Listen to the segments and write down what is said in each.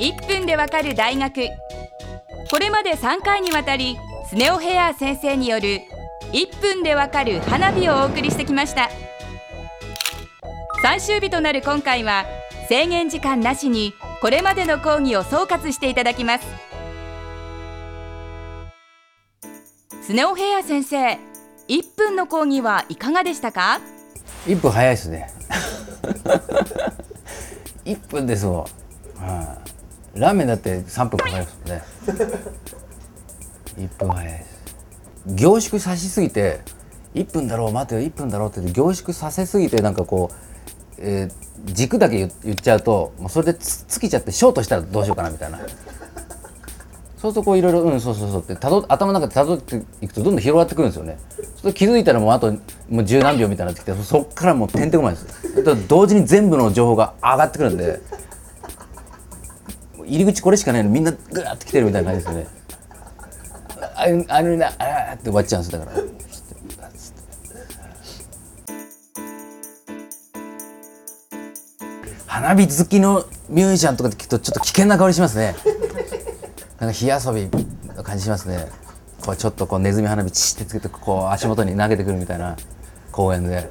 1分でわかる大学。これまで3回にわたりスネオヘア先生による1分でわかる花火をお送りしてきました。最終日となる今回は制限時間なしにこれまでの講義を総括していただきます。スネオヘア先生、1分の講義はいかがでしたか ？1分早いですね1分ですもん、ラーメンだって3分かかりますもんね1分早いです。凝縮さしすぎて1分だろう待てよ1分だろうって凝縮させすぎてなんかこう、軸だけ言っちゃうともうそれで尽きちゃってショートしたらどうしようかなみたいなそうするとこういろいろそうって頭の中で辿っていくとどんどん広がってくるんですよね。それ気づいたらもうあともう十何秒みたいになってきてそっからもうてんてこまいです。同時に全部の情報が上がってくるんで入り口これしかないのみんなグワーって来てるみたいな感じですよね。あれだって終わっちゃうんですだから。花火好きのミュージシャンとかで聞くとちょっと危険な香りしますね。なんか火遊びの感じしますね。こうちょっとこうネズミ花火チってつけてこう足元に投げてくるみたいな公園で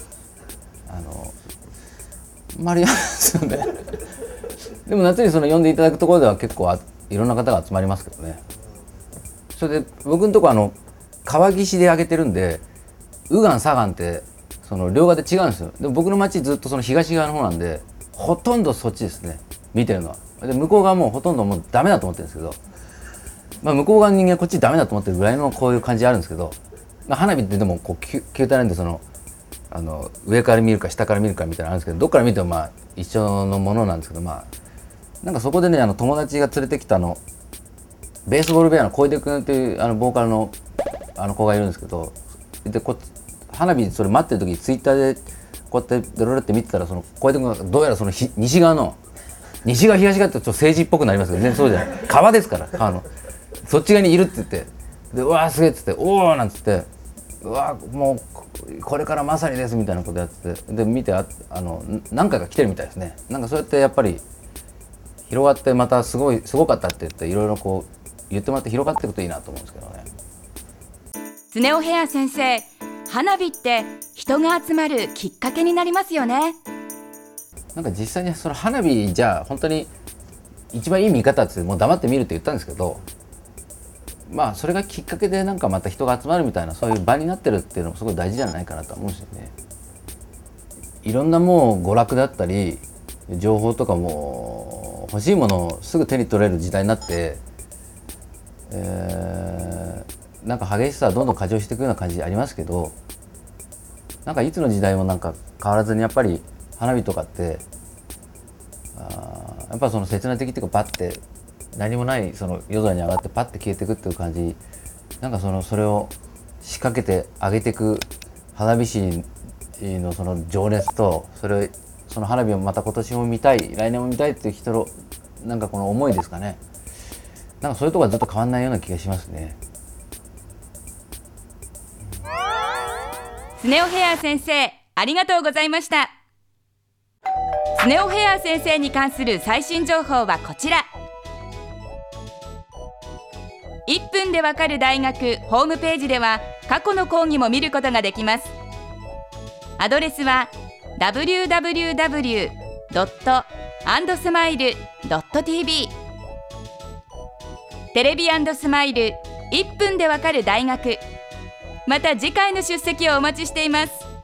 マリアですよねでも夏に呼んでいただくところでは結構いろんな方が集まりますけどね。それで僕のとこ川岸で上げてるんで右岸左岸って両側で違うんですよ。でも僕の町ずっと東側の方なんでほとんどそっちですね見てるのは。で向こう側もうほとんどもうダメだと思ってるんですけど、向こう側の人間はこっちダメだと思ってるぐらいのこういう感じあるんですけど、花火ってでもこう球体なんで上から見るか下から見るかみたいなのあるんですけどどっから見ても一緒のものなんですけどなんかそこでね友達が連れてきたベースボールベアの小出君っていうボーカルの子がいるんですけど、で花火それ待ってる時にツイッターでこうやってドロロって見てたら小出君がどうやら西側東側ってちょっと政治っぽくなりますけど全然そうじゃない川ですから川のそっち側にいるって言ってでうわーすげえっつっておーなんつってうわーもうこれからまさにですみたいなことやっててで見て何回か来てるみたいですね。なんかそうやってやっぱり広がってまたすごかったって言っていろいろこう言ってもらって広がっていくといいなと思うんですけどね。 スネオヘア先生、花火って人が集まるきっかけになりますよね。 なんか実際に花火じゃあ本当に一番いい見方ってもう黙って見るって言ったんですけどそれがきっかけでなんかまた人が集まるみたいなそういう場になってるっていうのもすごい大事じゃないかなと思うんですよね。いろんなもう娯楽だったり情報とかも欲しいものをすぐ手に取れる時代になって、なんか激しさはどんどん過剰していくような感じありますけどなんかいつの時代もなんか変わらずにやっぱり花火とかってやっぱ刹那的っていうかバッて何もない夜空に上がってパッて消えていくっていう感じなんかそれを仕掛けて上げていく花火師の情熱と花火をまた今年も見たい来年も見たいっていう人のなんかこの思いですかね。なんかそういうところはずっと変わんないような気がしますね。 スネオヘア先生、ありがとうございました。スネオヘア先生に関する最新情報はこちら。1分でわかる大学ホームページでは過去の講義も見ることができます。アドレスは www.andsmile.tv テレビ&スマイル1分でわかる大学。また次回の出席をお待ちしています。